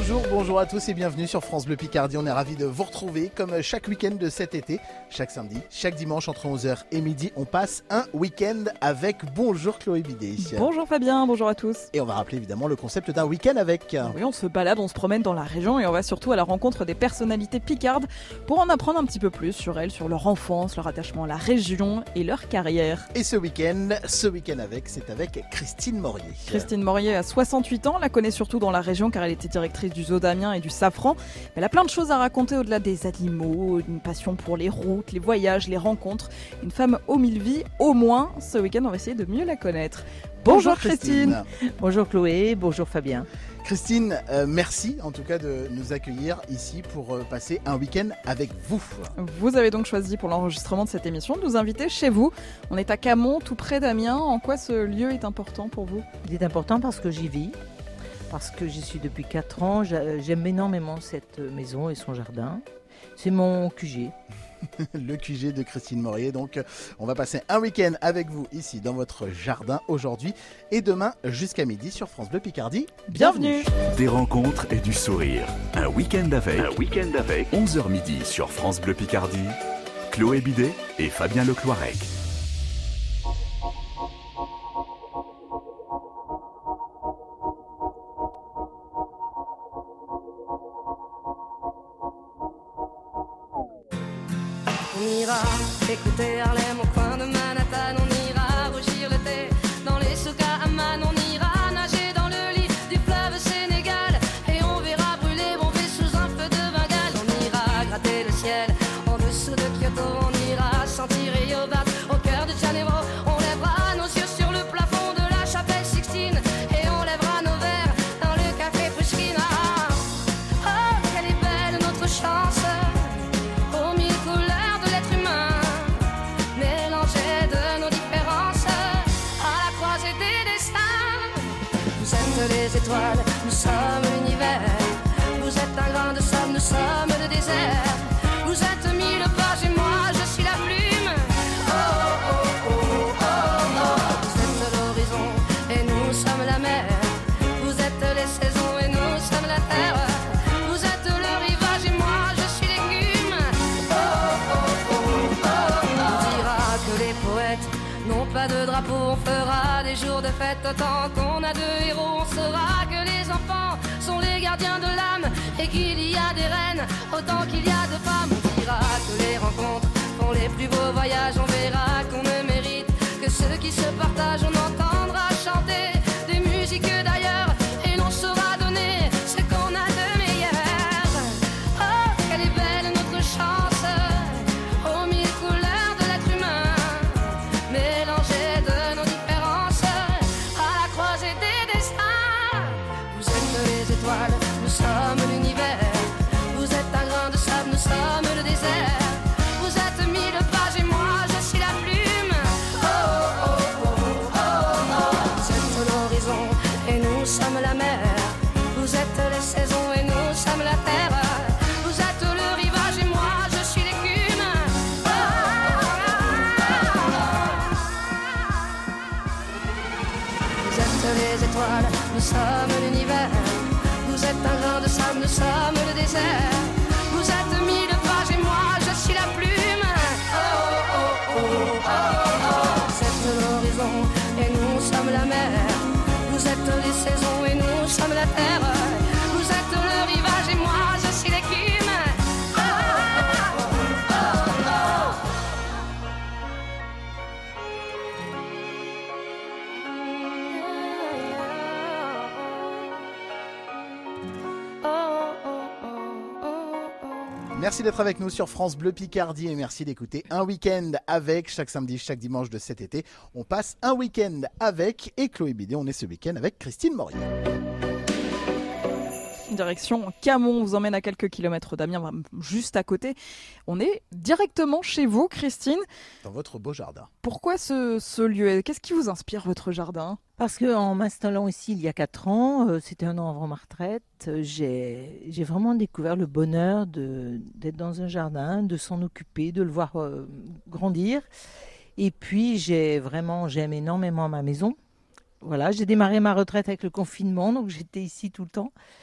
Bonjour à tous et bienvenue sur France Bleu Picardie. On est ravis de vous retrouver comme chaque week-end de cet été. Chaque samedi, chaque dimanche entre 11h et midi, on passe un week-end avec. Bonjour Chloé Bidet. Bonjour Fabien, bonjour à tous. Et on va rappeler évidemment le concept d'un week-end avec. Oui, on se balade, on se promène dans la région et on va surtout à la rencontre des personnalités picardes pour en apprendre un petit peu plus sur elles, sur leur enfance, leur attachement à la région et leur carrière. Et ce week-end avec, c'est avec Christine Morier. Christine Morier a 68 ans, la connaît surtout dans la région car elle était directrice du zoo d'Amiens et du Safran. Elle a plein de choses à raconter au-delà des animaux, une passion pour les routes, les voyages, les rencontres. Une femme aux mille vies, au moins. Ce week-end, on va essayer de mieux la connaître. Bonjour Christine. Bonjour Chloé, bonjour Fabien. Christine, merci en tout cas de nous accueillir ici pour passer un week-end avec vous. Vous avez donc choisi pour l'enregistrement de cette émission de nous inviter chez vous. On est à Camon, tout près d'Amiens. En quoi ce lieu est important pour vous ? Il est important parce que j'y vis, parce que j'y suis depuis 4 ans. J'aime énormément cette maison et son jardin. C'est mon QG. Le QG de Christine Morier. Donc, on va passer un week-end avec vous ici dans votre jardin aujourd'hui et demain jusqu'à midi sur France Bleu Picardie. Bienvenue. Des rencontres et du sourire. Un week-end avec. 11h midi sur France Bleu Picardie. Chloé Bidet et Fabien Lecloirec. On ira écouter Harlem au coin de Manhattan, on ira rougir le thé dans les souks à Amman, on ira nager dans le lit du fleuve Sénégal et on verra brûler mon vaisseau sous un feu de Bengale. On ira gratter le ciel en dessous de Kyoto, on ira sentir Rio Bat au cœur de Janeiro. On lèvera nos yeux sur le plafond de la chapelle Sixtine et on lèvera nos verres dans le café Pushkin. Oh, quelle est belle notre chance. Les étoiles, nous sommes l'univers. Vous êtes un grain de sable, nous sommes le désert. Vous êtes 1000 pages et moi je suis la plume. Oh oh oh oh oh oh. Vous êtes l'horizon et nous sommes la mer. Vous êtes les saisons et nous sommes la terre. Vous êtes le rivage et moi je suis l'écume. Oh oh oh oh oh. On dira que les poètes n'ont pas de drapeau, on fera des jours de fête autant qu'on a de héros. On saura que les enfants sont les gardiens de l'âme et qu'il y a des reines autant qu'il y a de femmes. On dira que les rencontres font les plus beaux voyages. On verra qu'on ne mérite que ceux qui se partagent. On entendra chanter des musiques d'ailleurs et l'on saura donner ce qu'on a de meilleur. Oh, quelle est belle notre chance aux 1000 couleurs de l'être humain, mélangées de nos différences à la croisée des destins. Vous êtes les étoiles, nous sommes l'univers. Vous êtes un grain de sable, nous sommes le désert. Vous êtes 1000 pages et moi je suis la plume. Oh oh oh oh oh oh. Vous êtes l'horizon et nous sommes la mer. Vous êtes les saisons et nous sommes la terre. Vous êtes le rivage et moi je suis l'écume. Oh, vous êtes les étoiles, nous sommes l'univers. Vous êtes un grain de sable, nous sommes le désert. Vous êtes 1000 pages et moi je suis la plume. Oh oh oh oh oh oh. Vous êtes l'horizon et nous sommes la mer. Vous êtes les saisons et nous sommes la terre. Vous êtes le rivage et moi je suis l'écume. Oh oh oh oh oh. Merci d'être avec nous sur France Bleu Picardie et merci d'écouter un week-end avec chaque samedi, chaque dimanche de cet été. On passe un week-end avec et Chloé Bidet, on est ce week-end avec Christine Morier. Direction Camon, on vous emmène à quelques kilomètres d'Amiens, juste à côté. On est directement chez vous, Christine. Dans votre beau jardin. Pourquoi ce lieu ? Qu'est-ce qui vous inspire votre jardin ? Parce qu'en m'installant ici il y a 4 ans, c'était un an avant ma retraite, j'ai vraiment découvert le bonheur d'être dans un jardin, de s'en occuper, de le voir grandir. Et puis j'aime énormément ma maison. Voilà, j'ai démarré ma retraite avec le confinement, donc j'étais ici tout le temps.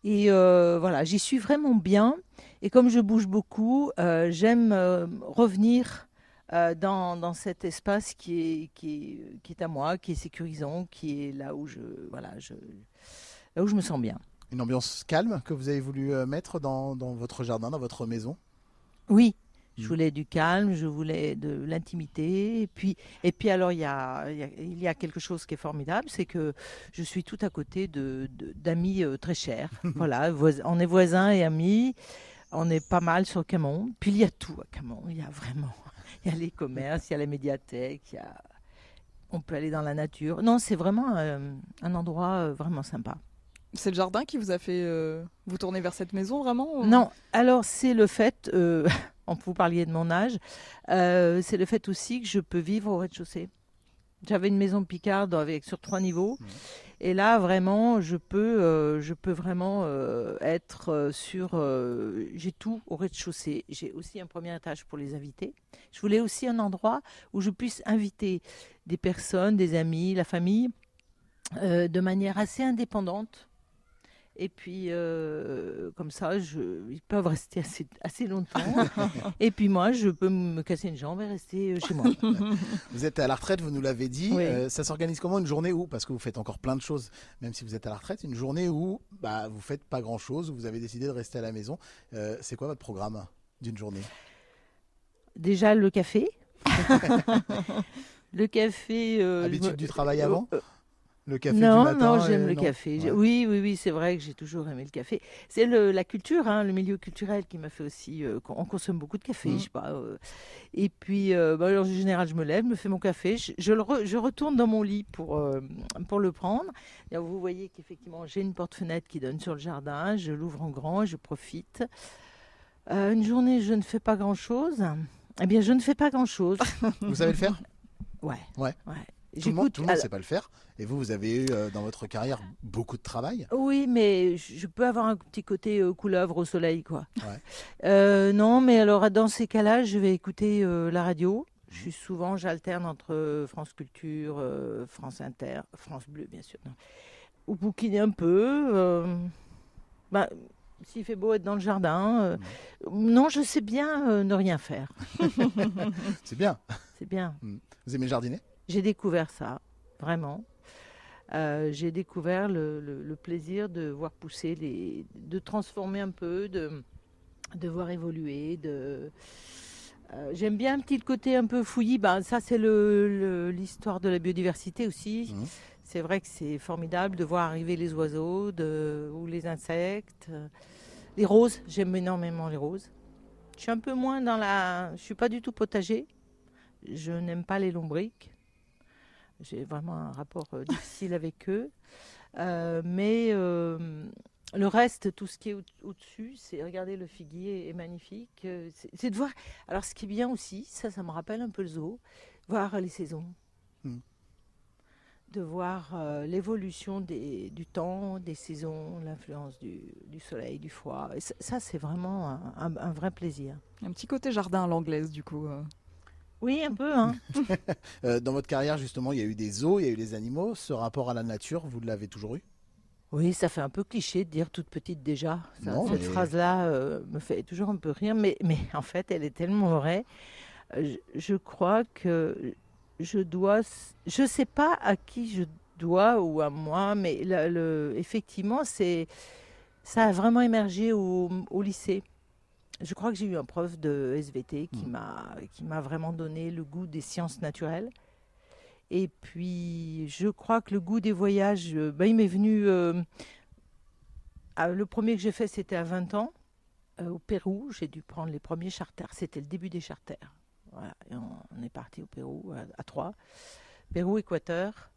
Et voilà, j'y suis vraiment bien. Et comme je bouge beaucoup, j'aime revenir dans cet espace qui est à moi, qui est sécurisant, qui est là où là où je me sens bien. Une ambiance calme que vous avez voulu mettre dans votre jardin, dans votre maison. Oui, je voulais du calme, je voulais de l'intimité. Et puis alors, il y a quelque chose qui est formidable, c'est que je suis tout à côté d'amis très chers. Voilà, on est voisins et amis. On est pas mal sur Camon. Puis il y a tout à Camon. Il y a vraiment, il y a les commerces, il y a la médiathèque, on peut aller dans la nature. Non, c'est vraiment un endroit vraiment sympa. C'est le jardin qui vous a fait vous tourner vers cette maison vraiment ou... Non, alors c'est le fait, vous parliez de mon âge, c'est le fait aussi que je peux vivre au rez-de-chaussée. J'avais une maison picarde sur 3 niveaux. Et là, vraiment, je peux vraiment être sur... j'ai tout au rez-de-chaussée. J'ai aussi un premier étage pour les invités. Je voulais aussi un endroit où je puisse inviter des personnes, des amis, la famille, de manière assez indépendante. Et puis, comme ça, ils peuvent rester assez longtemps. Et puis moi, je peux me casser une jambe et rester chez moi. Vous êtes à la retraite, vous nous l'avez dit. Oui. Ça s'organise comment une journée où, parce que vous faites encore plein de choses, même si vous êtes à la retraite, une journée où vous faites pas grand-chose, où vous avez décidé de rester à la maison. C'est quoi votre programme d'une journée? Déjà, le café. Le café... Habitude du travail avant le café non, du matin? Non, j'aime le café. Ouais. Oui, c'est vrai que j'ai toujours aimé le café. C'est la culture, le milieu culturel qui m'a fait aussi... on consomme beaucoup de café, je sais pas. Et puis, en général, je me lève, me fais mon café. Je retourne dans mon lit pour le prendre. Et vous voyez qu'effectivement, j'ai une porte-fenêtre qui donne sur le jardin. Je l'ouvre en grand et je profite. Une journée, je ne fais pas grand-chose. Eh bien, je ne fais pas grand-chose. Vous savez le faire? Ouais. Tout le monde ne sait pas le faire. Et vous avez eu dans votre carrière beaucoup de travail. Oui, mais je peux avoir un petit côté couleuvre au soleil, quoi. Ouais. Non, mais alors dans ces cas-là, je vais écouter la radio. J'alterne entre France Culture, France Inter, France Bleu, bien sûr. Non. Ou bouquiner un peu. S'il fait beau être dans le jardin. Non, je sais bien ne rien faire. C'est bien. C'est bien. Vous aimez jardiner? J'ai découvert ça, vraiment. J'ai découvert le plaisir de voir pousser, de transformer un peu, de voir évoluer. J'aime bien un petit côté un peu fouillis. Ça, c'est l'histoire de la biodiversité aussi. C'est vrai que c'est formidable de voir arriver les oiseaux ou les insectes. Les roses, j'aime énormément les roses. Je suis un peu moins je suis pas du tout potager. Je n'aime pas les lombrics. J'ai vraiment un rapport difficile avec eux. Mais le reste, tout ce qui est au-dessus, c'est regarder le figuier est magnifique. C'est de voir. Alors, ce qui est bien aussi, ça me rappelle un peu le zoo, voir les saisons. De voir l'évolution du temps, des saisons, l'influence du soleil, du froid. Et ça, c'est vraiment un vrai plaisir. Un petit côté jardin à l'anglaise, du coup. Oui, un peu. Dans votre carrière, justement, il y a eu des zoos, il y a eu des animaux. Ce rapport à la nature, vous l'avez toujours eu? Oui, ça fait un peu cliché de dire toute petite déjà. Cette mais... phrase-là me fait toujours un peu rire, mais en fait, elle est tellement vraie. Je crois que je sais pas à qui je dois ou à moi, mais effectivement, ça a vraiment émergé au lycée. Je crois que j'ai eu un prof de SVT qui m'a vraiment donné le goût des sciences naturelles. Et puis, je crois que le goût des voyages, il m'est venu... le premier que j'ai fait, c'était à 20 ans, au Pérou. J'ai dû prendre les premiers charters. C'était le début des charters. Voilà. Et on est parti au Pérou à 3. Pérou, Équateur.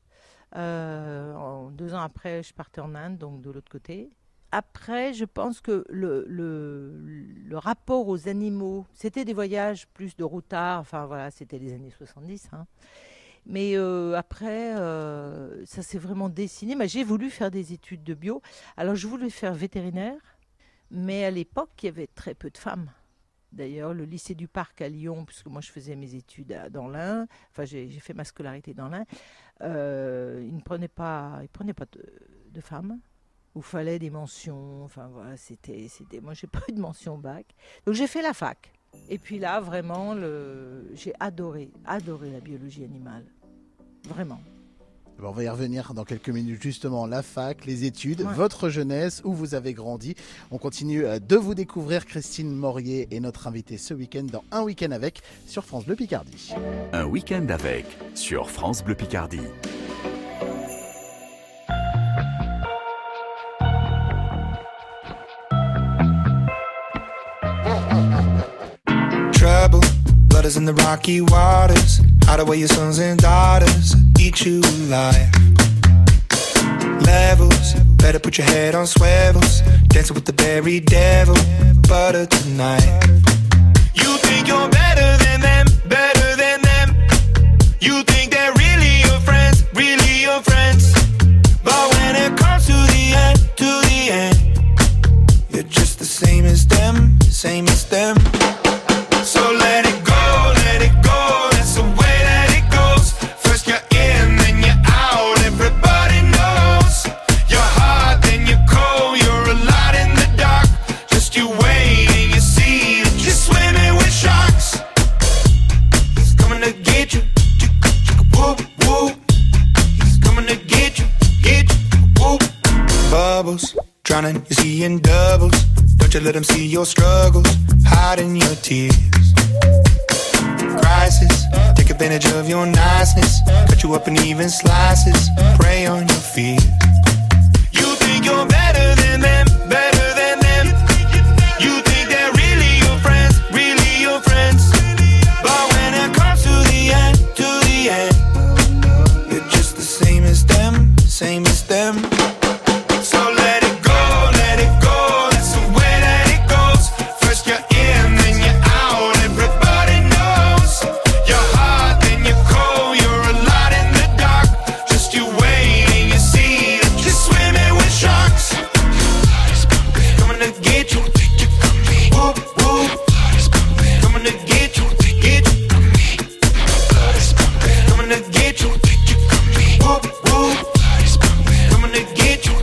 2 ans après, je partais en Inde, donc de l'autre côté. Après, je pense que le rapport aux animaux, c'était des voyages plus de routard, enfin voilà, c'était les années 70. Mais après, ça s'est vraiment dessiné. Mais j'ai voulu faire des études de bio. Alors, je voulais faire vétérinaire, mais à l'époque, il y avait très peu de femmes. D'ailleurs, le lycée du Parc à Lyon, puisque moi je faisais mes études dans l'Ain, enfin j'ai fait ma scolarité dans l'Ain, il ne prenait pas de femmes. où il fallait des mentions. Enfin voilà, moi j'ai pas eu de mention au bac. Donc j'ai fait la fac. Et puis là, vraiment, j'ai adoré la biologie animale. Vraiment. On va y revenir dans quelques minutes justement, la fac, les études, Ouais. votre jeunesse, où vous avez grandi. On continue de vous découvrir. Christine Morier est notre invitée ce week-end dans Un week-end avec sur France Bleu Picardie. Un week-end avec sur France Bleu Picardie. Trouble, blood is in the rocky waters. Hide away your sons and daughters, eat you alive. Levels, better put your head on swivels. Dancing with the very devil, butter tonight. You think you're better than them, better than them. You think they're really your friends, really your friends. But when it comes to the end, you're just the same as them, same as them. So let it go, that's the way that it goes. First you're in, then you're out, everybody knows. You're hot, then you're cold, you're a lot in the dark. Just you wait and you see that you're swimming with sharks. He's coming to get you, whoop, whoop. He's coming to get you, whoop. Bubbles, drowning, you're seeing doubles. Don't you let them see your struggles, hiding your tears. Crisis, take advantage of your niceness. Cut you up in even slices, prey on your fears. You think you're better than them, better than them. You think they're really your friends, really your friends. But when it comes to the end, you're just the same as them, same as them. So let it go, that's the way that it goes. First you're in, then you're out, everybody knows. You're hot, then you're cold, you're a lot in the dark. Just you wait and you see that you're swimming with sharks. Coming to get you, whoop, whoop. Coming to get you, coming to get you, whoop, whoop. Coming to get you.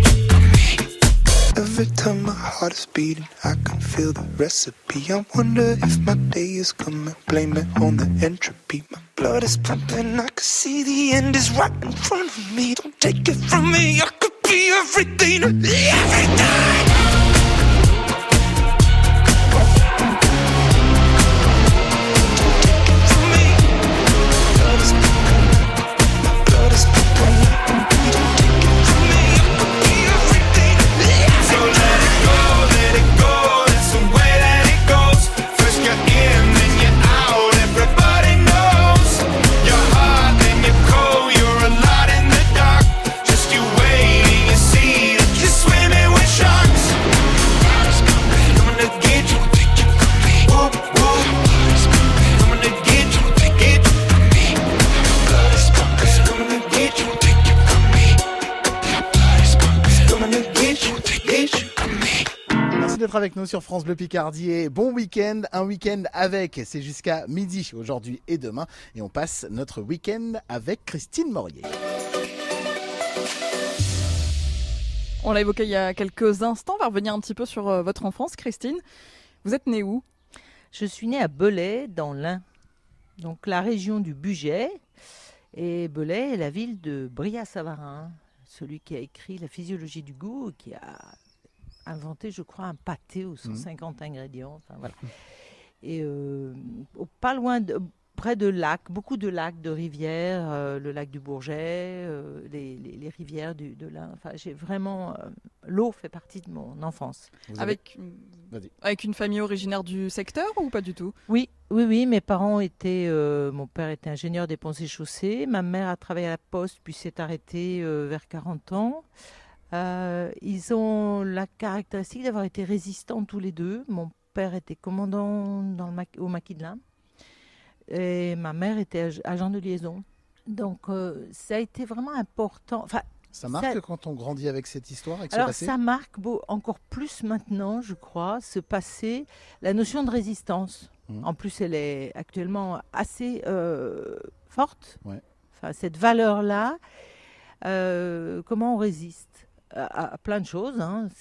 Every time my heart is beating, I can feel the recipe. I wonder if my day is coming, blame it on the entropy. My blood is pumping, I can see the end is right in front of me. Don't take it from me, I could be everything, everything. D'être avec nous sur France Bleu Picardie et bon week-end, un week-end avec, c'est jusqu'à midi aujourd'hui et demain et on passe notre week-end avec Christine Morier. On l'a évoqué il y a quelques instants, on va revenir un petit peu sur votre enfance, Christine. Vous êtes née où ? Je suis née à Belay, dans l'Ain, donc la région du Bugey. Et Belay est la ville de Brillat-Savarin, celui qui a écrit La physiologie du goût, qui a inventé, je crois, un pâté aux 150 ingrédients. Enfin, voilà. Et pas loin, près de lacs, beaucoup de lacs, de rivières, le lac du Bourget, les rivières de l'Ain. Enfin, j'ai vraiment... l'eau fait partie de mon enfance. Avec une famille originaire du secteur ou pas du tout ? Oui, mes parents étaient... mon père était ingénieur des ponts et chaussées. Ma mère a travaillé à la poste, puis s'est arrêtée vers 40 ans. Ils ont la caractéristique d'avoir été résistants tous les deux. Mon père était commandant au maquis de l'Ain et ma mère était agent de liaison. Donc ça a été vraiment important. Enfin, ça marque quand on grandit avec cette histoire, avec ce passé ? Ça marque encore plus maintenant, je crois, ce passé, la notion de résistance. En plus, elle est actuellement assez forte. Ouais. Enfin, cette valeur-là, comment on résiste ? à plein de choses. Hein.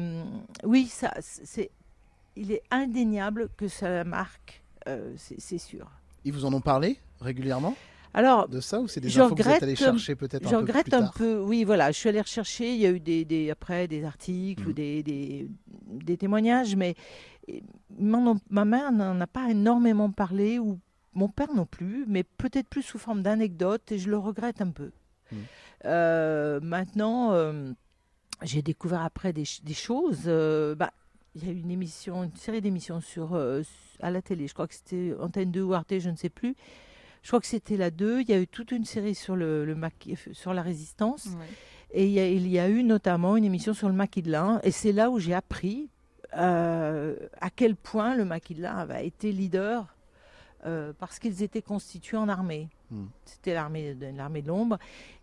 Il est indéniable que ça la marque, c'est sûr. Ils vous en ont parlé régulièrement Alors, de ça ou c'est des je infos que vous êtes allé regrette, chercher peut-être un peu plus regrette tard un peu. Oui, voilà, je suis allée rechercher. Il y a eu après des articles ou des témoignages, mais ma mère n'en a pas énormément parlé, ou mon père non plus, mais peut-être plus sous forme d'anecdotes, et je le regrette un peu. Maintenant, j'ai découvert après des choses. Il y a eu une série d'émissions à la télé. Je crois que c'était Antenne 2 ou Arte, je ne sais plus. Je crois que c'était la 2. Il y a eu toute une série sur sur la résistance. Ouais. Et il y a eu notamment une émission sur le maquis de lin. Et c'est là où j'ai appris à quel point le maquis de lin avait été leader parce qu'ils étaient constitués en armée. C'était l'armée de l'ombre.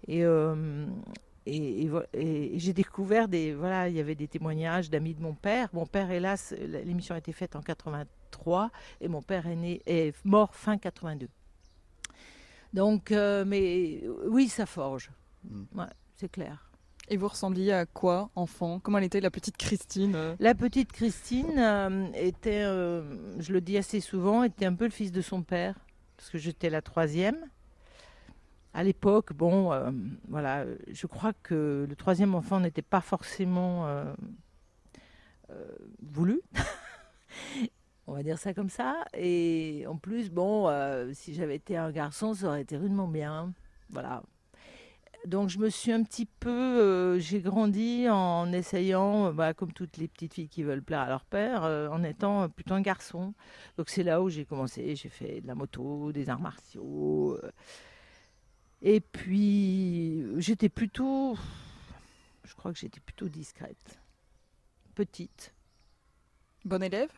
Et j'ai découvert il y avait des témoignages d'amis de mon père. Mon père, hélas, l'émission a été faite en 83 et mon père est mort fin 82. Donc, mais oui, ça forge. Ouais, c'est clair. Et vous ressembliez à quoi, enfant? Comment elle était, la petite Christine La petite Christine était, je le dis assez souvent, était un peu le fils de son père, parce que j'étais la 3e. À l'époque, je crois que le 3e enfant n'était pas forcément voulu. On va dire ça comme ça. Et en plus, si j'avais été un garçon, ça aurait été rudement bien. Voilà. Donc je me suis un petit peu... j'ai grandi en essayant, comme toutes les petites filles qui veulent plaire à leur père, en étant plutôt un garçon. Donc c'est là où j'ai commencé. J'ai fait de la moto, des arts martiaux... Et puis, je crois que j'étais plutôt discrète, petite. Bon élève?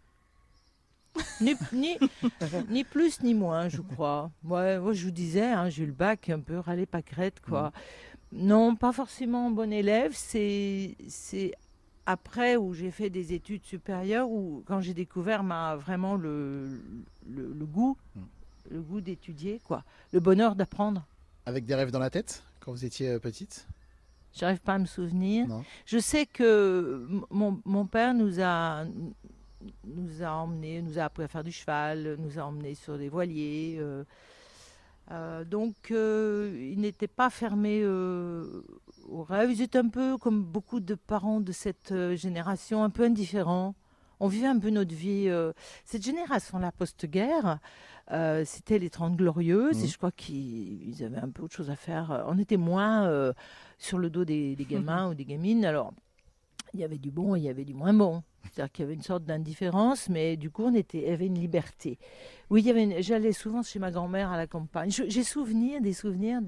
Ni plus ni moins, je crois. Moi, je vous disais, j'ai eu le bac un peu râlé pâquerette, quoi. Non, pas forcément bon élève. C'est après où j'ai fait des études supérieures, où quand j'ai découvert vraiment le goût. Le goût d'étudier, quoi. Le bonheur d'apprendre. Avec des rêves dans la tête quand vous étiez petite? J'arrive pas à me souvenir. Non. Je sais que mon père nous a emmenés, nous a appris à faire du cheval, nous a emmenés sur des voiliers. Donc, il n'était pas fermé aux rêves. Ils étaient un peu comme beaucoup de parents de cette génération, un peu indifférents. On vivait un peu notre vie. Cette génération-là, post-guerre, c'était les 30 Glorieuses. Et je crois qu'ils avaient un peu autre chose à faire. On était moins sur le dos des gamins ou des gamines. Alors, il y avait du bon et il y avait du moins bon. C'est-à-dire qu'il y avait une sorte d'indifférence, mais du coup, il y avait une liberté. Oui, j'allais souvent chez ma grand-mère à la campagne. J'ai des souvenirs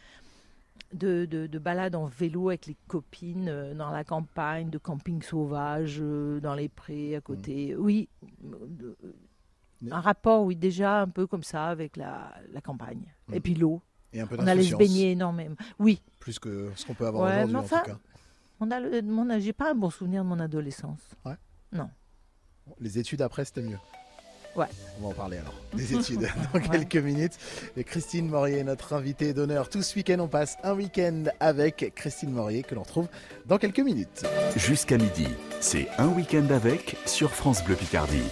de balades en vélo avec les copines dans la campagne, de camping sauvage dans les prés à côté. Oui, un rapport, oui, déjà un peu comme ça avec la campagne. Et puis l'eau. Et un peu on allait se baigner énormément. Oui. Plus que ce qu'on peut avoir aujourd'hui, en tout cas. J'ai pas un bon souvenir de mon adolescence. Ouais. Non. Les études après, c'était mieux. Ouais. On va en parler alors, des études dans quelques minutes. Et Christine Morier, notre invitée d'honneur. Tout ce week-end, on passe un week-end avec Christine Morier, que l'on retrouve dans quelques minutes. Jusqu'à midi, c'est un week-end avec sur France Bleu Picardie.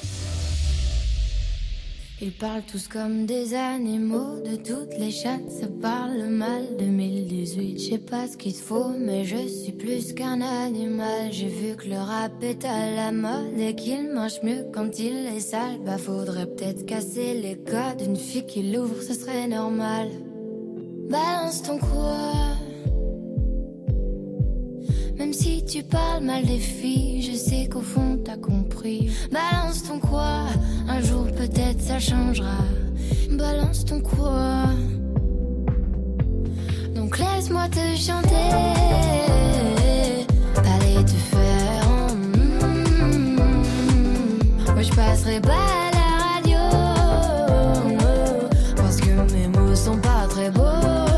Ils parlent tous comme des animaux, de toutes les chattes, ça parle mal. 2018, je sais pas ce qu'il te faut, mais je suis plus qu'un animal. J'ai vu que le rap est à la mode et qu'il mange mieux quand il est sale. Bah faudrait peut-être casser les codes, une fille qui l'ouvre, ce serait normal. Balance ton quoi. Même si tu parles mal des filles, je sais qu'au fond t'as compris. Balance ton quoi, un jour peut-être ça changera. Balance ton quoi. Donc laisse-moi te chanter, t'allais te faire Moi je passerai pas à la radio, parce que mes mots sont pas très beaux.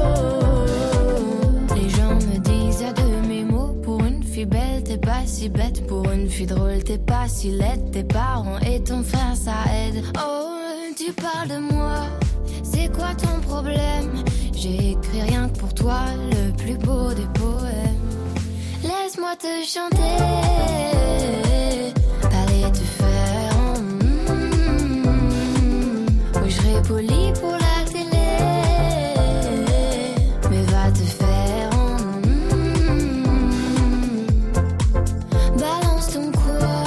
Les gens me disent à de mes mots, pour une fille belle t'es pas si bête, pour une fille drôle t'es pas si laide. Tes parents et ton frère ça aide. Oh, tu parles de moi, c'est quoi ton problème? J'ai écrit rien que pour toi, le plus beau des poèmes. Laisse-moi te chanter, aller te faire. Oui, je serai poli pour la télé, mais va te faire. Balance ton quoi.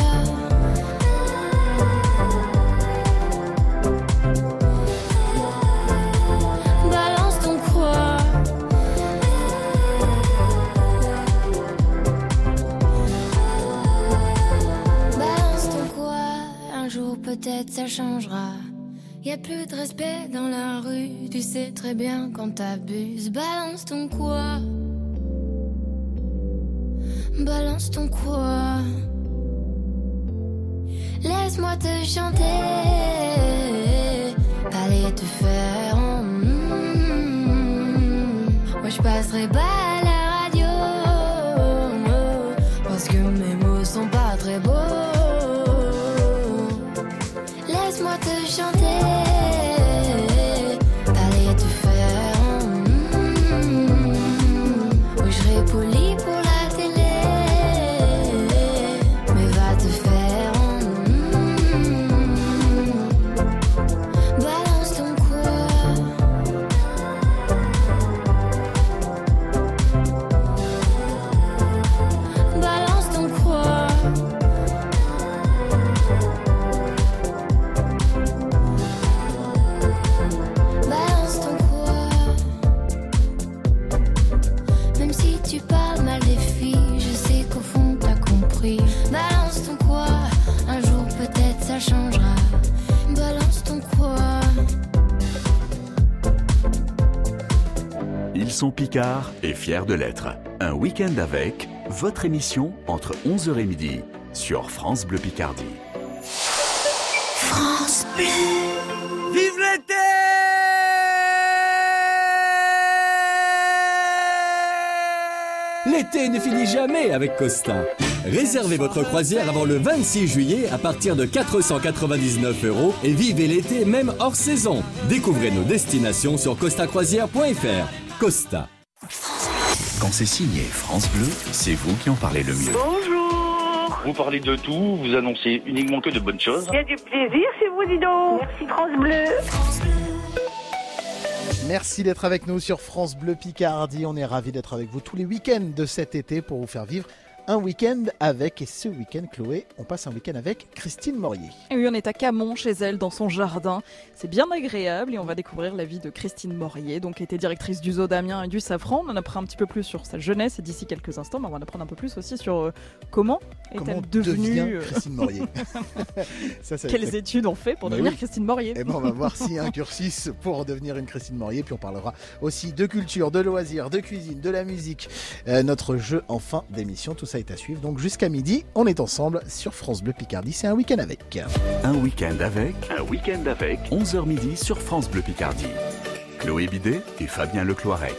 Balance ton quoi. Balance ton quoi. Un jour peut-être ça changera. Y a plus de respect dans la rue. Tu sais très bien quand t'abuses. Balance ton quoi. Balance ton quoi. Laisse-moi te chanter, aller te faire. Moi je passerai pas à la radio, parce que mes mots sont pas très beaux. Laisse-moi te chanter, aller te faire. Oui, je serai poli pour la télé, mais va te faire. Balance ton quoi. Balance ton quoi. Balance ton quoi. Même si tu parles mal des filles, je sais qu'au fond t'as compris. Balance ton quoi. Un jour peut-être ça changera. Balance ton quoi. Ils sont picards et fiers de l'être. Un week-end avec votre émission entre 11h et midi sur France Bleu Picardie. France Bleu. Vive l'été! L'été ne finit jamais avec Costa. Réservez votre croisière avant le 26 juillet à partir de 499 € et vivez l'été même hors saison. Découvrez nos destinations sur costacroisière.fr. Costa. Quand c'est signé France Bleu, c'est vous qui en parlez le mieux. Bonjour. Vous parlez de tout, vous annoncez uniquement que de bonnes choses. Il y a du plaisir chez vous, dis donc. Merci France Bleu. Merci d'être avec nous sur France Bleu Picardie. On est ravis d'être avec vous tous les week-ends de cet été pour vous faire vivre un week-end avec. Et ce week-end, Chloé, on passe un week-end avec Christine Morier. Et oui, on est à Camon, chez elle, dans son jardin. C'est bien agréable et on va découvrir la vie de Christine Morier, donc qui était directrice du Zoo d'Amiens et du Safran. On en apprend un petit peu plus sur sa jeunesse et d'ici quelques instants, mais on va en apprendre un peu plus aussi sur comment est-elle devenue Christine Morier. Quelles études on fait pour devenir Christine Morier. Et ben on va voir s'il y a un cursus pour devenir une Christine Morier. Puis on parlera aussi de culture, de loisirs, de cuisine, de la musique. Notre jeu en fin d'émission, tout ça est à suivre. Donc jusqu'à midi, on est ensemble sur France Bleu Picardie. C'est un week-end avec. Un week-end avec 11h midi sur France Bleu Picardie. Chloé Bidet et Fabien Lecloirec.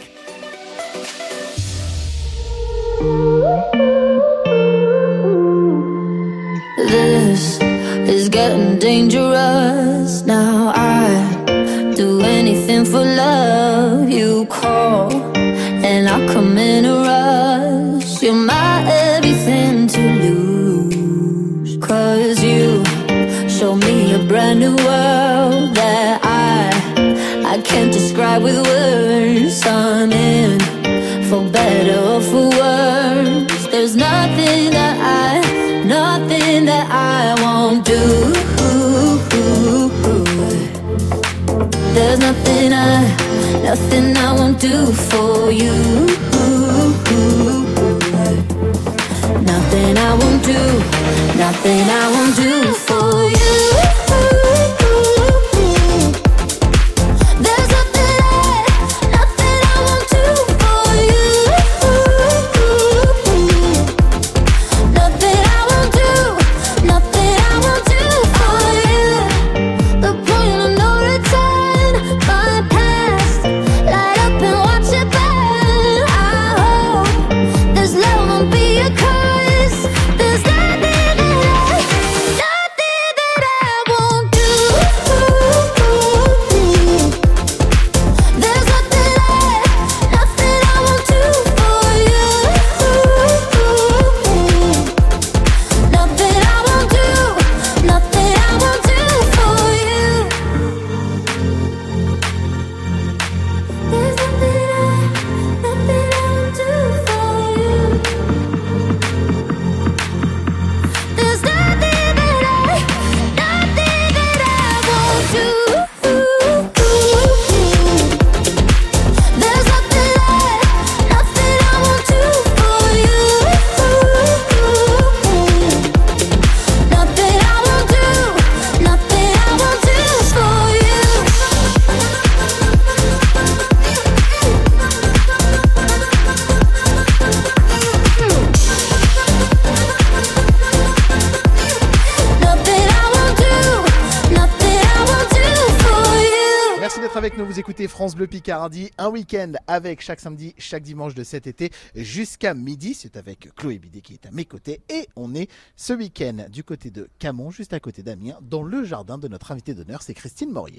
This is getting dangerous. Now I do anything for love. You call and I come in a rush. You're my everything to lose. 'Cause you show me a brand new world that I can't describe with words. I'm in for better or for worse. There's nothing that I won't do. There's nothing I won't do for you. Nothing I won't do for you. Be a curse. There's nothing that I avec nous, vous écoutez France Bleu Picardie, un week-end avec chaque samedi, chaque dimanche de cet été jusqu'à midi. C'est avec Chloé Bidet qui est à mes côtés et on est ce week-end du côté de Camon, juste à côté d'Amiens, dans le jardin de notre invitée d'honneur, c'est Christine Morier.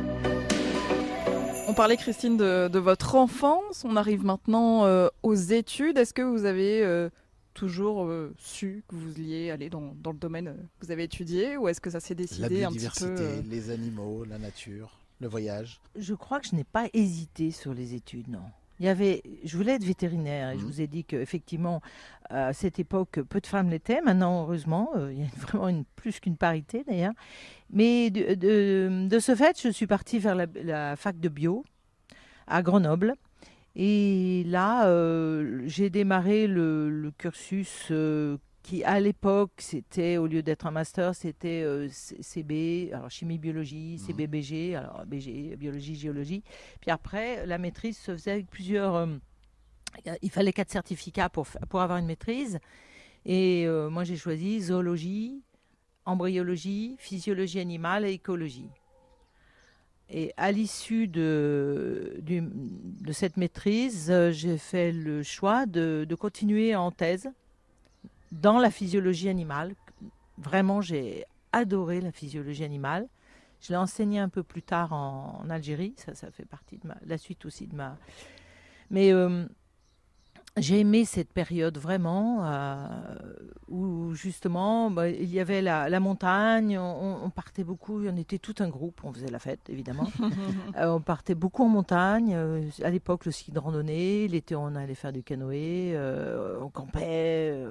On parlait, Christine, de votre enfance. On arrive maintenant aux études. Est-ce que vous avez toujours su que vous vouliez aller dans le domaine que vous avez étudié, ou est-ce que ça s'est décidé un petit peu La biodiversité, les animaux, la nature, le voyage. Je crois que je n'ai pas hésité sur les études, non. Je voulais être vétérinaire et je vous ai dit qu'effectivement, à cette époque, peu de femmes l'étaient. Maintenant, heureusement, il y a vraiment plus qu'une parité d'ailleurs. Mais de ce fait, je suis partie vers la fac de bio à Grenoble. Et là, j'ai démarré le cursus qui, à l'époque, c'était, au lieu d'être un master, c'était CB, alors chimie-biologie, CBBG, alors BG, biologie-géologie. Puis après, la maîtrise se faisait avec plusieurs... il fallait 4 certificats pour avoir une maîtrise. Et moi, j'ai choisi zoologie, embryologie, physiologie animale et écologie. Et à l'issue de cette maîtrise, j'ai fait le choix de continuer en thèse dans la physiologie animale. Vraiment, j'ai adoré la physiologie animale. Je l'ai enseignée un peu plus tard en Algérie. Ça fait partie de la suite aussi de ma... Mais j'ai aimé cette période vraiment où justement il y avait la montagne, on partait beaucoup, on était tout un groupe, on faisait la fête évidemment. On partait beaucoup en montagne, à l'époque le ski de randonnée, l'été on allait faire du canoë, on campait.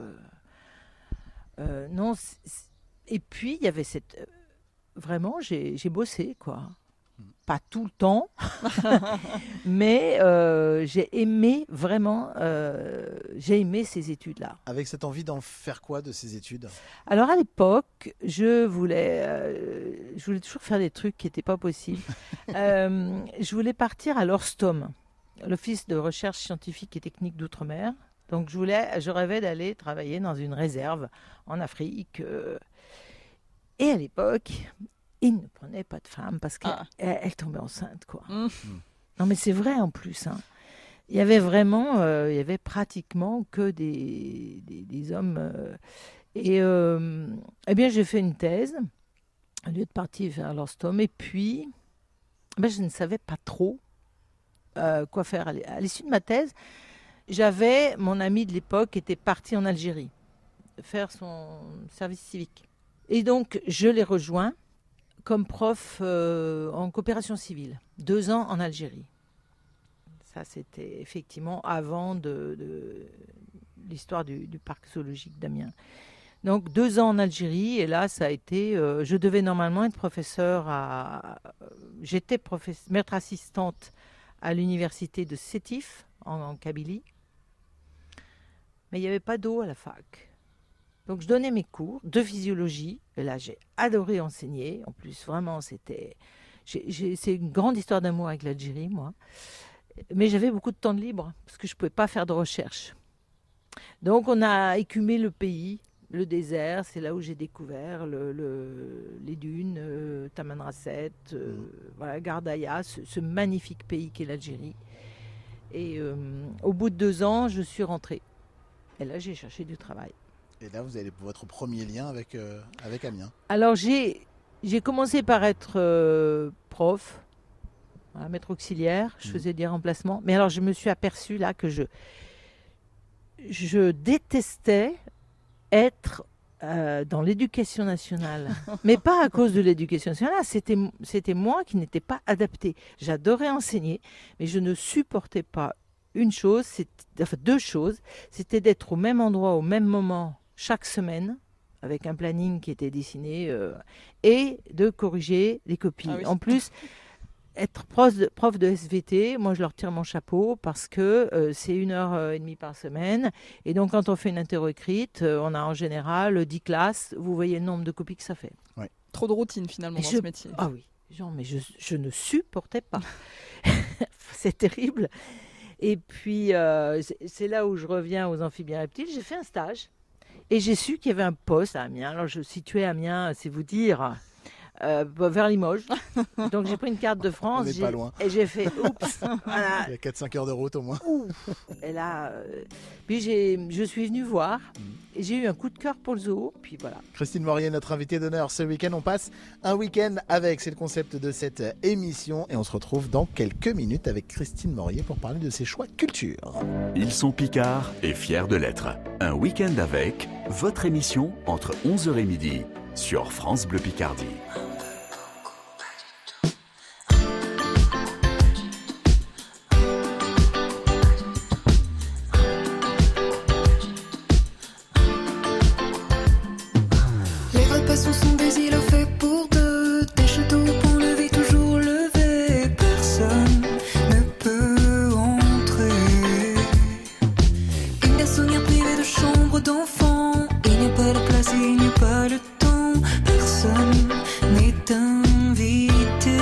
Et puis il y avait vraiment j'ai bossé quoi. Pas tout le temps, mais j'ai aimé vraiment, j'ai aimé ces études-là. Avec cette envie d'en faire quoi de ces études? Alors à l'époque, je voulais toujours faire des trucs qui n'étaient pas possibles. Je voulais partir à l'ORSTOM, l'Office de recherche scientifique et technique d'outre-mer. Donc je rêvais d'aller travailler dans une réserve en Afrique. Et à l'époque... il ne prenait pas de femmes parce qu'elle tombait enceinte, quoi. Non, mais c'est vrai en plus. Hein. Il y avait vraiment, il y avait pratiquement que des hommes. Eh bien, j'ai fait une thèse au lieu de partir vers l'ORSTOM. Et puis, je ne savais pas trop quoi faire. À l'issue de ma thèse, j'avais mon ami de l'époque qui était parti en Algérie faire son service civique. Et donc, je l'ai rejoint comme prof en coopération civile, 2 ans en Algérie. Ça, c'était effectivement avant de l'histoire du parc zoologique d'Amiens. Donc, 2 ans en Algérie, et là, ça a été... je devais normalement être professeur j'étais maître assistante à l'université de Sétif, en Kabylie. Mais il n'y avait pas d'eau à la fac. Donc, je donnais mes cours de physiologie. Et là, j'ai adoré enseigner. En plus, vraiment, c'est une grande histoire d'amour avec l'Algérie, moi. Mais j'avais beaucoup de temps de libre parce que je ne pouvais pas faire de recherche. Donc, on a écumé le pays, le désert. C'est là où j'ai découvert les dunes, Tamanrasset, Gardaïa, ce magnifique pays qu'est l'Algérie. Et au bout de 2 ans, je suis rentrée. Et là, j'ai cherché du travail. Et là, vous avez votre premier lien avec Amiens. Alors, j'ai commencé par être prof, maître auxiliaire. Je faisais des remplacements. Mais alors, je me suis aperçue là que je détestais être dans l'éducation nationale. Mais pas à cause de l'éducation nationale. C'était moi qui n'étais pas adaptée. J'adorais enseigner, mais je ne supportais pas deux choses. C'était d'être au même endroit, au même moment, chaque semaine, avec un planning qui était dessiné, et de corriger les copies. En plus, être prof de SVT, moi je leur tire mon chapeau parce que c'est 1h30 par semaine. Et donc quand on fait une interro écrite, on a en général 10 classes. Vous voyez le nombre de copies que ça fait. Ouais. Trop de routine finalement dans ce métier. Ah oui, mais je ne supportais pas. C'est terrible. Et puis c'est là où je reviens aux amphibiens reptiles. J'ai fait un stage. Et j'ai su qu'il y avait un poste à Amiens. Alors, je situais Amiens, c'est vous dire, vers Limoges. Donc j'ai pris une carte de France. On n'est pas loin. Et j'ai fait oups. Voilà. Il y a 4-5 heures de route au moins. Et là, puis je suis venue voir et j'ai eu un coup de cœur pour le zoo. Puis voilà. Christine Morier, notre invitée d'honneur ce week-end. On passe un week-end avec, c'est le concept de cette émission. Et on se retrouve dans quelques minutes avec Christine Morier pour parler de ses choix culture. Ils sont picards et fiers de l'être. Un week-end avec votre émission entre 11h et midi sur France Bleu Picardie. Les repas sont des îlots faits pour deux, des châteaux au pont levé, toujours levé. Personne ne peut entrer. Il y a souvenirs privés de chambres d'enfants. Il n'y a pas de place et il n'y a pas de temps. Personne n'est invité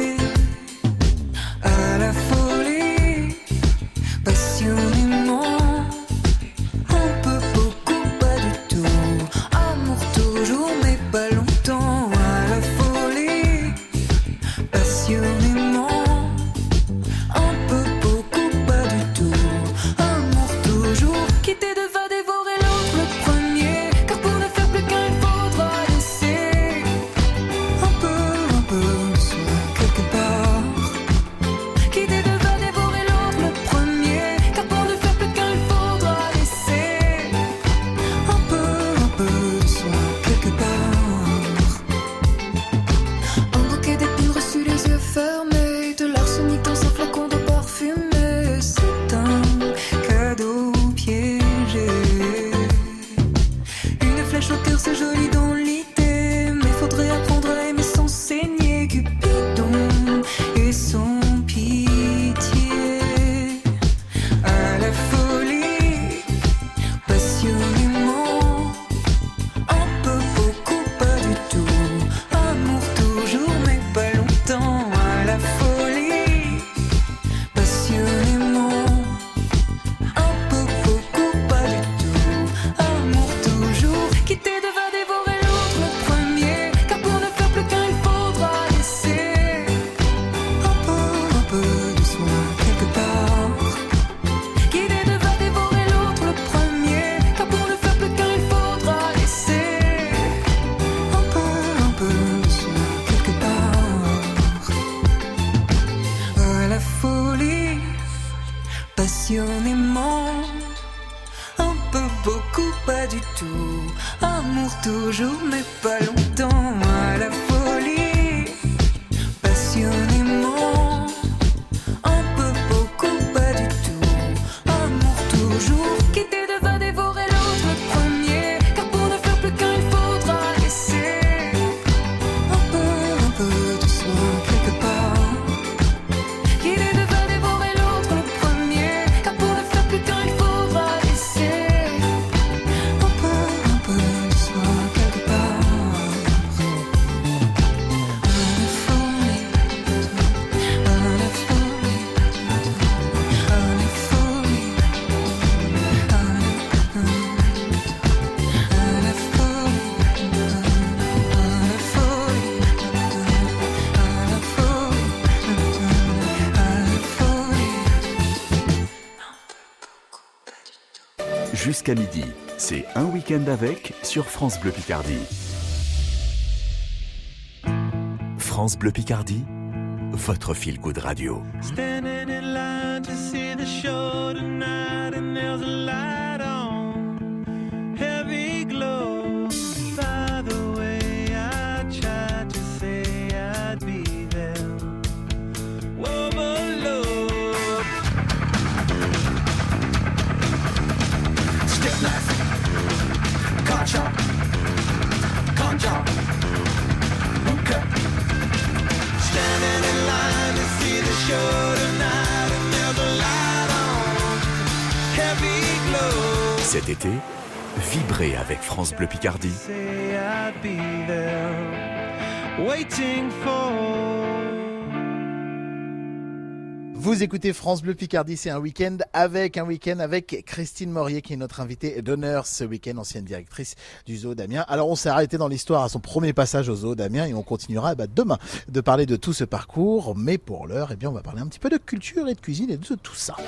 à la folie, passionnément. Un peu, beaucoup, pas du tout. Amour toujours, mais pas longtemps. À la folie, passionnément. Un peu, beaucoup, pas du tout. Amour toujours. Quitter de va dévorer l'autre le premier. Car pour ne faire plus qu'un, il faudra laisser un peu de soi quelque part. Quitter de va dévorer l'autre le premier. Car pour ne faire plus qu'un, il faudra laisser un peu de soi quelque part. Un bouquet d'épines reçu les yeux fermés, de l'arsenic dans un flacon de parfumé. C'est un cadeau piégé. Une flèche au cœur, c'est joli dans l'idée, mais faudrait apprendre à aimer sans saigner. Cupidon et son pitié. À la folie, passionnément. Un peu, beaucoup, pas du tout. Amour toujours, mais pas longtemps. À la folie, passionnément. Un peu, beaucoup, pas du tout. Amour toujours. Quitter de va dévorer l'autre le premier. Car pour ne faire plus qu'un, il faudra laisser un peu de soi quelque part. Quitter de va dévorer l'autre le premier. Car pour ne faire plus qu'un, il faudra laisser un peu de soi quelque part. À la folie, passionnément. Un peu, beaucoup, pas du tout. Amour toujours, mais pas longtemps. À la folie, passionnément. Un peu, beaucoup, pas du tout. Amour toujours. Quitter de va dévorer l'autre le premier. Car pour ne faire plus qu'un, il faudra laisser un peu de soi quelque part. Quitter de va dévorer l'autre le premier. Car pour ne faire plus qu'un, il faudra laisser un peu de soi quelque part. À la folie, à la folie, à la folie, à la folie, à la folie. Jusqu'à midi, c'est un week-end avec sur France Bleu Picardie. France Bleu Picardie, votre feel-good radio. Standing in line to see the show tonight, and there's a light on, heavy glow. By the way, I tried to say I'd be there. Whoa, below. Step left, concha, concha, okay. Standing in line to see the show tonight, and there's a light on, heavy glow. Cet été, vibrez avec France Bleu Picardie. Say I'd be there, waiting for. Vous écoutez France Bleu Picardie, c'est un week-end avec Christine Morier qui est notre invitée d'honneur ce week-end, ancienne directrice du Zoo d'Amiens. Alors on s'est arrêté dans l'histoire à son premier passage au Zoo d'Amiens et on continuera demain de parler de tout ce parcours. Mais pour l'heure, on va parler un petit peu de culture et de cuisine et de tout ça.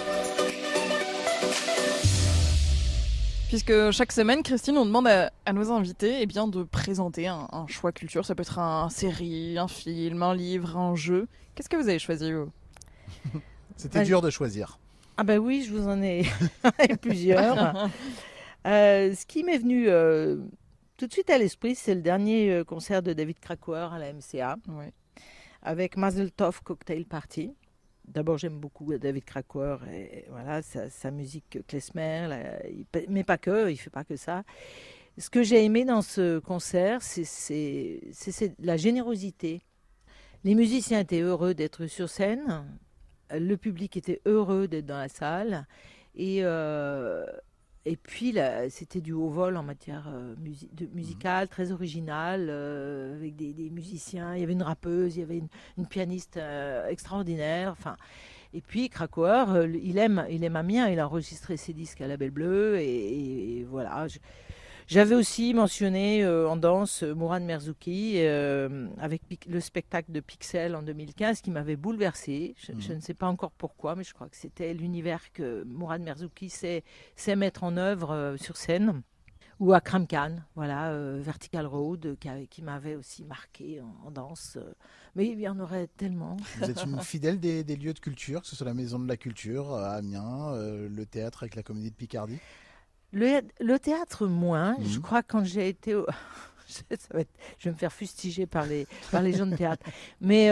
Puisque chaque semaine, Christine, on demande à nos invités de présenter un choix culture. Ça peut être une série, un film, un livre, un jeu. Qu'est-ce que vous avez choisi, vous ? C'était dur de choisir. Ah ben oui, je vous en ai plusieurs. Ce qui m'est venu tout de suite à l'esprit, c'est le dernier concert de David Krakauer à la MCA, avec Mazel Tov Cocktail Party. D'abord, j'aime beaucoup David Krakauer et voilà, sa musique klezmer, mais pas que, il fait pas que ça. Ce que j'ai aimé dans ce concert, c'est la générosité. Les musiciens étaient heureux d'être sur scène, le public était heureux d'être dans la salle et puis là, c'était du haut vol en matière musicale, très original, avec des musiciens. Il y avait une rappeuse, il y avait une pianiste extraordinaire. Enfin, et puis Krakauer, il aime Amiens, il a enregistré ses disques à la Belle Bleue et voilà. J'avais aussi mentionné en danse Mourad Merzouki avec le spectacle de Pixel en 2015 qui m'avait bouleversée. Je ne sais pas encore pourquoi, mais je crois que c'était l'univers que Mourad Merzouki sait mettre en œuvre sur scène. Ou Akram Khan, voilà, Vertical Road, qui m'avait aussi marqué en danse. Mais il y en aurait tellement. Vous êtes une fidèle des lieux de culture, que ce soit la Maison de la Culture à Amiens, le théâtre avec la Comédie de Picardie ? Le théâtre, moins. Je crois quand j'ai été... je vais me faire fustiger par les gens de théâtre. Mais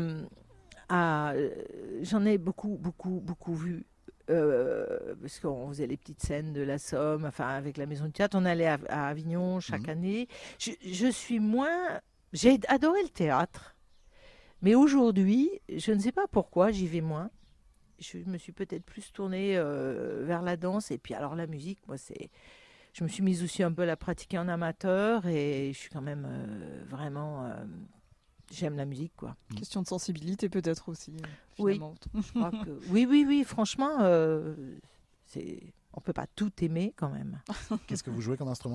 j'en ai beaucoup vu. Parce qu'on faisait les petites scènes de la Somme, enfin avec la Maison de Théâtre. On allait à Avignon chaque année. Je suis moins... J'ai adoré le théâtre. Mais aujourd'hui, je ne sais pas pourquoi, j'y vais moins. Je me suis peut-être plus tournée vers la danse. Et puis alors la musique, moi, je me suis mise aussi un peu à la pratiquer en amateur. Et je suis quand même vraiment... j'aime la musique, quoi. Question de sensibilité peut-être aussi. Oui, je crois que... oui, franchement, on ne peut pas tout aimer quand même. Qu'est-ce que vous jouez comme instrument ?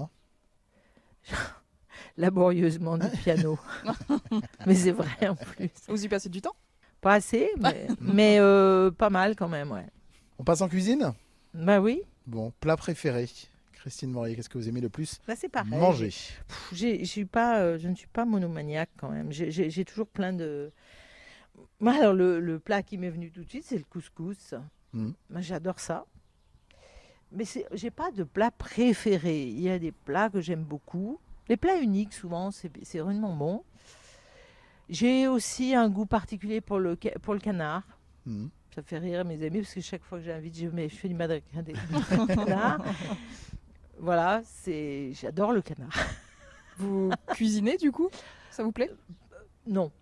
Laborieusement du piano. Mais c'est vrai en plus. Vous y passez du temps ? Pas assez, mais pas mal quand même, ouais. On passe en cuisine ? Bah oui. Bon, plat préféré. Christine Morier, qu'est-ce que vous aimez le plus c'est pareil. Manger. Je ne suis pas monomaniaque quand même. J'ai toujours plein de... Moi, alors, le plat qui m'est venu tout de suite, c'est le couscous. Moi, j'adore ça. Mais j'ai pas de plat préféré. Il y a des plats que j'aime beaucoup. Les plats uniques, souvent, c'est vraiment bon. J'ai aussi un goût particulier pour le canard. Ça fait rire mes amis parce que chaque fois que j'invite, je fais du madrigal des canards. Voilà, j'adore le canard. Vous cuisinez du coup ? Ça vous plaît ? Non.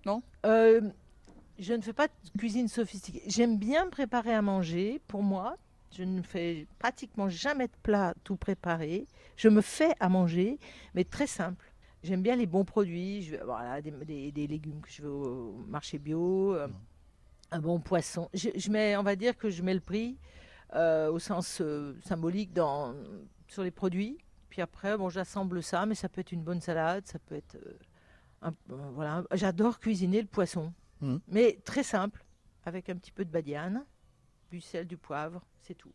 Je ne fais pas de cuisine sophistiquée. J'aime bien préparer à manger. Pour moi, je ne fais pratiquement jamais de plat tout préparé. Je me fais à manger, mais très simple. J'aime bien les bons produits, voilà, des légumes que je veux au marché bio, un bon poisson. On va dire que je mets le prix au sens symbolique sur les produits. Puis après, j'assemble ça, mais ça peut être une bonne salade, ça peut être... voilà. J'adore cuisiner le poisson, mais très simple, avec un petit peu de badiane, du sel, du poivre, c'est tout.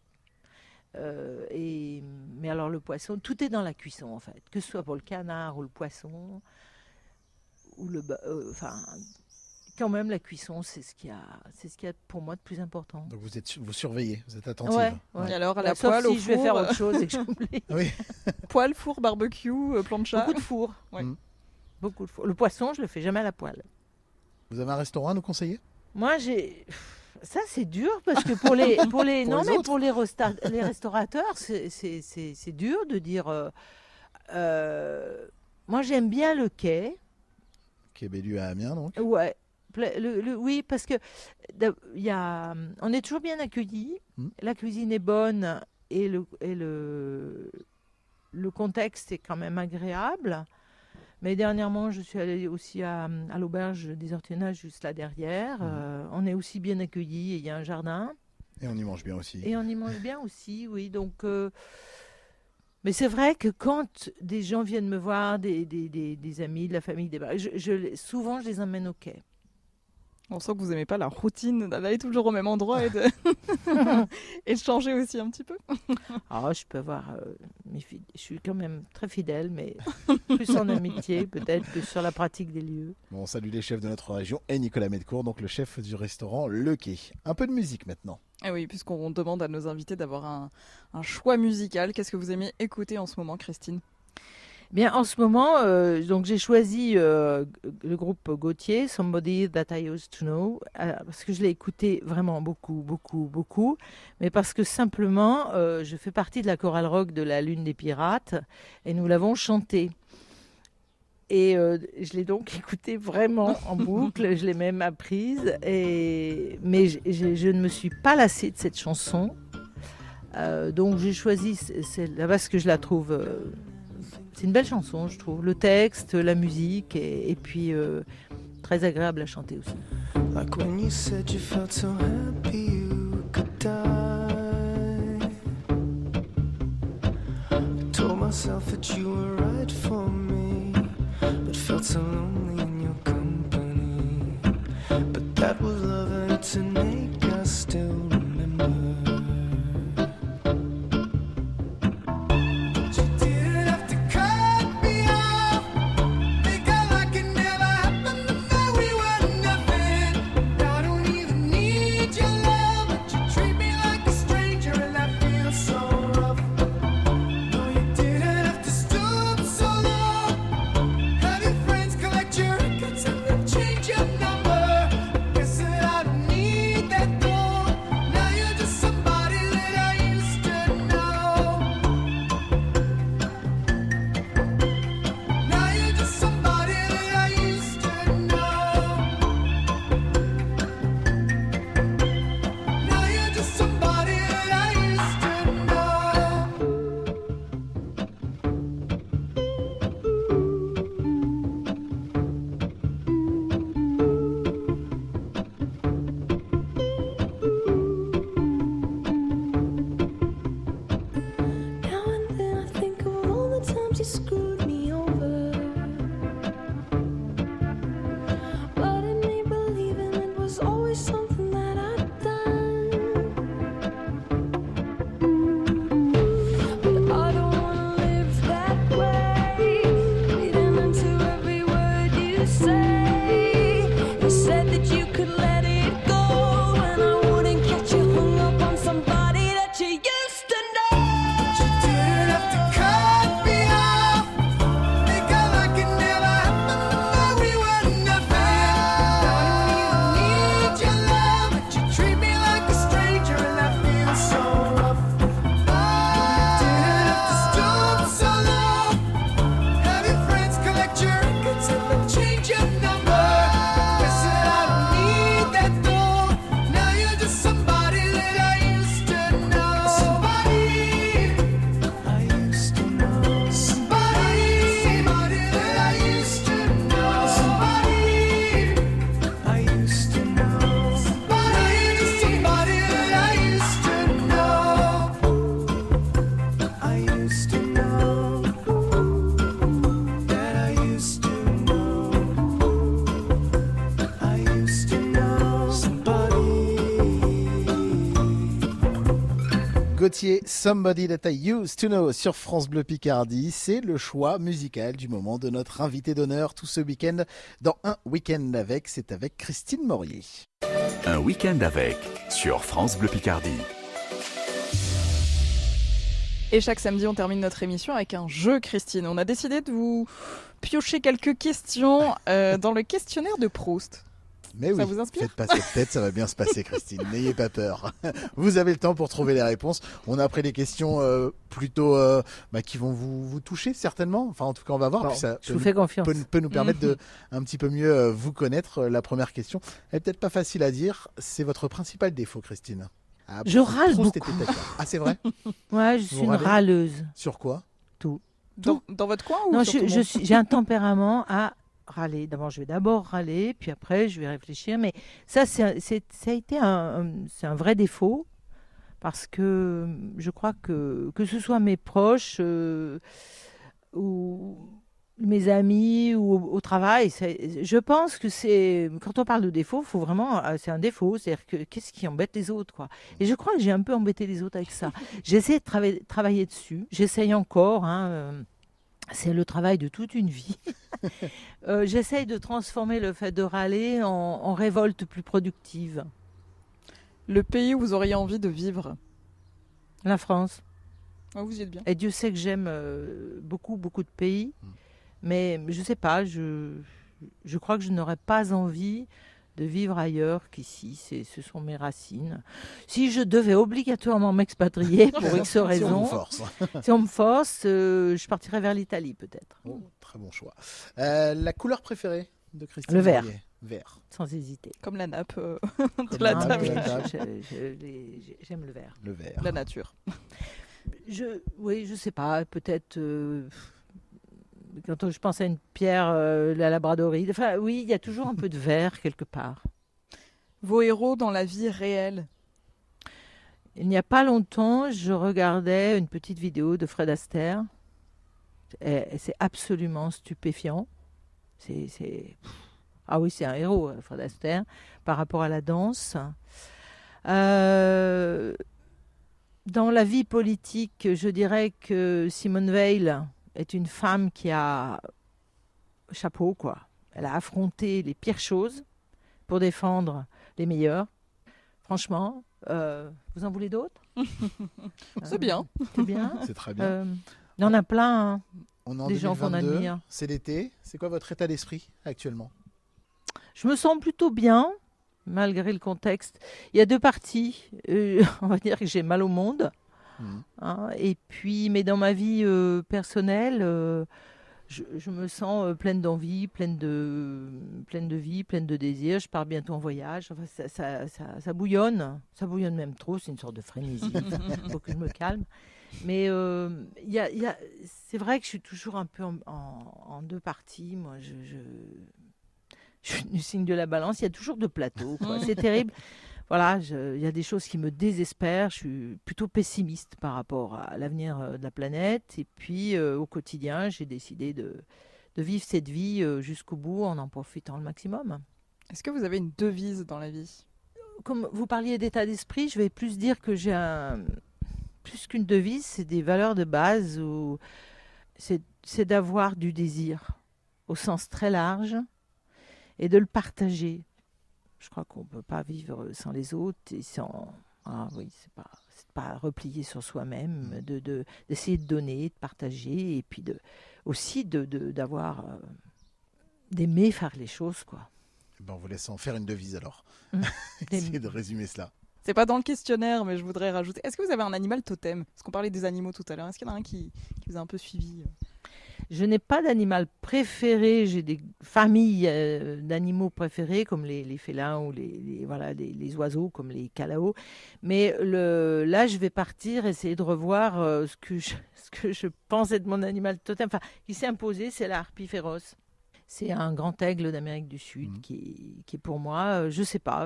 Mais alors le poisson, tout est dans la cuisson en fait, que ce soit pour le canard ou le poisson, ou quand même la cuisson, c'est ce qu'il y a pour moi de plus important. Donc vous surveillez, vous êtes attentive. Ouais. Et alors à la poêle, si je vais faire autre chose et que j'oublie. Oui. Poêle, four, barbecue, plancha. Beaucoup de four. Ouais. Beaucoup de four. Le poisson, je le fais jamais à la poêle. Vous avez un restaurant à nous conseiller ? Moi, ça, c'est dur parce que pour les restaurateurs, c'est dur de dire. Moi, j'aime bien le quai. Quai Bellu à Amiens, donc. Ouais. Oui, parce que on est toujours bien accueillis. La cuisine est bonne et le contexte est quand même agréable. Mais dernièrement, je suis allée aussi à l'auberge des Ortienages, juste là derrière. On est aussi bien accueillis et il y a un jardin. Et on y mange bien aussi. Et on y mange bien aussi, oui. Donc, mais c'est vrai que quand des gens viennent me voir, des amis, de la famille, souvent je les emmène au quai. On sent que vous n'aimez pas la routine d'aller toujours au même endroit et de, et de changer aussi un petit peu. Je peux avoir je suis quand même très fidèle, mais plus en amitié peut-être que sur la pratique des lieux. Bon, on salue les chefs de notre région et Nicolas Medcourt, donc le chef du restaurant Le Quai. Un peu de musique maintenant. Et oui, puisqu'on demande à nos invités d'avoir un choix musical. Qu'est-ce que vous aimez écouter en ce moment, Christine ? Bien, en ce moment, donc j'ai choisi le groupe Gautier, Somebody That I Used to Know, parce que je l'ai écouté vraiment beaucoup, mais parce que simplement, je fais partie de la chorale rock de la Lune des Pirates, et nous l'avons chanté. Et je l'ai donc écouté vraiment en boucle, je l'ai même apprise, mais je ne me suis pas lassée de cette chanson, donc j'ai choisi celle-là parce que je la trouve... c'est une belle chanson, je trouve. Le texte, la musique, et puis très agréable à chanter aussi. Like when you said you felt so happy you could die. I told myself that you were right for me, but felt so lonely in your company. But that was love and it's an ache I still remember. Gautier, Somebody That I Used to Know sur France Bleu Picardie. C'est le choix musical du moment de notre invité d'honneur tout ce week-end dans Un Week-end avec. C'est avec Christine Morier. Un week-end avec sur France Bleu Picardie. Et chaque samedi, on termine notre émission avec un jeu, Christine. On a décidé de vous piocher quelques questions dans le questionnaire de Proust. Mais ça oui, vous inspire ? faites pas cette tête, ça va bien se passer, Christine. N'ayez pas peur. Vous avez le temps pour trouver les réponses. On a pris des questions plutôt qui vont vous toucher certainement. Enfin, en tout cas, on va voir. Bon, puis ça je vous fais confiance. Peut nous permettre de un petit peu mieux vous connaître. La première question, elle est peut-être pas facile à dire. C'est votre principal défaut, Christine. Je râle beaucoup. Ah, c'est vrai ? Ouais, je suis une râleuse. Sur quoi ? Tout. Dans votre coin ou Non, sur tout le monde j'ai un tempérament à râler. D'abord, je vais d'abord râler, puis après, je vais réfléchir. Mais ça, ça a été c'est un vrai défaut, parce que je crois que ce soit mes proches ou mes amis ou au travail, je pense que quand on parle de défaut, faut vraiment, c'est un défaut, c'est-à-dire que qu'est-ce qui embête les autres, quoi. Et je crois que j'ai un peu embêté les autres avec ça. J'essaie de travailler dessus, j'essaye encore, c'est le travail de toute une vie. J'essaye de transformer le fait de râler en révolte plus productive. Le pays où vous auriez envie de vivre? La France. Ah, vous y êtes bien. Et Dieu sait que j'aime beaucoup, beaucoup de pays. Mais je ne sais pas, je crois que je n'aurais pas envie de vivre ailleurs qu'ici. Ce sont mes racines. Si je devais obligatoirement m'expatrier pour X raisons, si on me force, je partirais vers l'Italie peut-être. Oh, très bon choix. La couleur préférée de Christine Le vert. Mourier. Vert. Sans hésiter. Comme la nappe de la table. J'aime le vert. Le vert. La nature. Oui, je sais pas, peut-être quand je pense à une pierre, la labradorite. Enfin, oui, il y a toujours un peu de vert quelque part. Vos héros dans la vie réelle? Il n'y a pas longtemps, je regardais une petite vidéo de Fred Astaire. Et c'est absolument stupéfiant. Ah oui, c'est un héros, Fred Astaire, par rapport à la danse. Dans la vie politique, je dirais que Simone Veil est une femme qui a chapeau, quoi. Elle a affronté les pires choses pour défendre les meilleurs. Franchement, vous en voulez d'autres? C'est bien. C'est bien. C'est très bien. Il y en a plein, On est en des gens qu'on 2022, admire. C'est l'été. C'est quoi votre état d'esprit actuellement? Je me sens plutôt bien, malgré le contexte. Il y a deux parties. On va dire que j'ai mal au monde. Et puis, mais dans ma vie personnelle, je me sens pleine d'envie, pleine de vie, pleine de désir. Je pars bientôt en voyage. Enfin, ça bouillonne. Ça bouillonne même trop. C'est une sorte de frénésie. Il faut que je me calme. Mais c'est vrai que je suis toujours un peu en deux parties. Moi, je suis du signe de la balance. Il y a toujours deux plateaux, quoi. C'est terrible. Voilà, il y a des choses qui me désespèrent. Je suis plutôt pessimiste par rapport à l'avenir de la planète. Et puis, au quotidien, j'ai décidé de vivre cette vie jusqu'au bout en profitant le maximum. Est-ce que vous avez une devise dans la vie? Comme vous parliez d'état d'esprit, je vais plus dire que j'ai plus qu'une devise, c'est des valeurs de base où c'est d'avoir du désir au sens très large et de le partager. Je crois qu'on ne peut pas vivre sans les autres et sans... Ah oui, c'est pas replier sur soi-même, d'essayer de donner, de partager et puis aussi d'avoir... d'aimer faire les choses, quoi. On vous laisse en faire une devise alors. Essayez de résumer cela. C'est pas dans le questionnaire, mais je voudrais rajouter. Est-ce que vous avez un animal totem? Parce qu'on parlait des animaux tout à l'heure. Est-ce qu'il y en a un qui vous a un peu suivi? Je n'ai pas d'animal préféré. J'ai des familles d'animaux préférés, comme les félins ou les oiseaux, comme les calaos. Mais là, je vais partir, essayer de revoir ce que je pense être mon animal totem. Enfin, qui s'est imposé, c'est la harpie féroce. C'est un grand aigle d'Amérique du Sud qui est pour moi, je sais pas,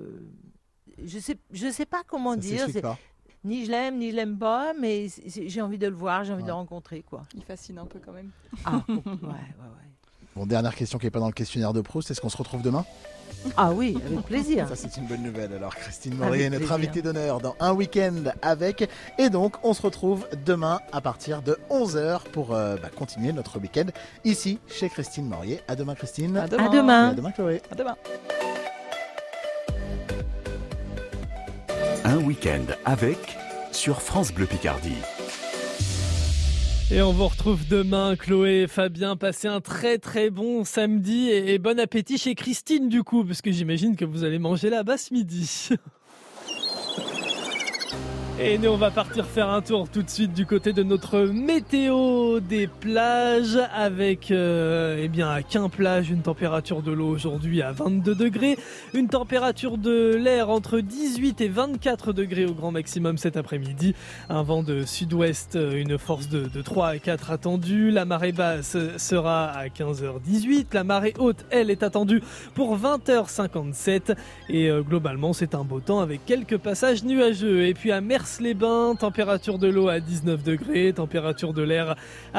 je sais pas comment dire. Ni je l'aime pas, mais j'ai envie de le voir, j'ai envie de le rencontrer, quoi. Il fascine un peu quand même. Ah, ouais. Bon, dernière question qui n'est pas dans le questionnaire de Proust. Est-ce qu'on se retrouve demain? Ah oui, avec plaisir. Ça, c'est une bonne nouvelle. Alors, Christine Mourier est notre invitée d'honneur dans Un Week-end avec. Et donc, on se retrouve demain à partir de 11h pour continuer notre week-end ici chez Christine Mourier. À demain, Christine. À demain. À demain. Et à demain, Chloé. À demain. Un week-end avec sur France Bleu Picardie. Et on vous retrouve demain, Chloé et Fabien. Passez un très très bon samedi et bon appétit chez Christine du coup, parce que j'imagine que vous allez manger là-bas ce midi. Et nous, on va partir faire un tour tout de suite du côté de notre météo des plages avec, à Quimplage, une température de l'eau aujourd'hui à 22 degrés, une température de l'air entre 18 et 24 degrés au grand maximum cet après-midi, un vent de sud-ouest, une force de 3 à 4 attendue, la marée basse sera à 15h18, la marée haute, elle, est attendue pour 20h57 et globalement, c'est un beau temps avec quelques passages nuageux. Et puis à Mers-les-Bains, température de l'eau à 19 degrés, température de l'air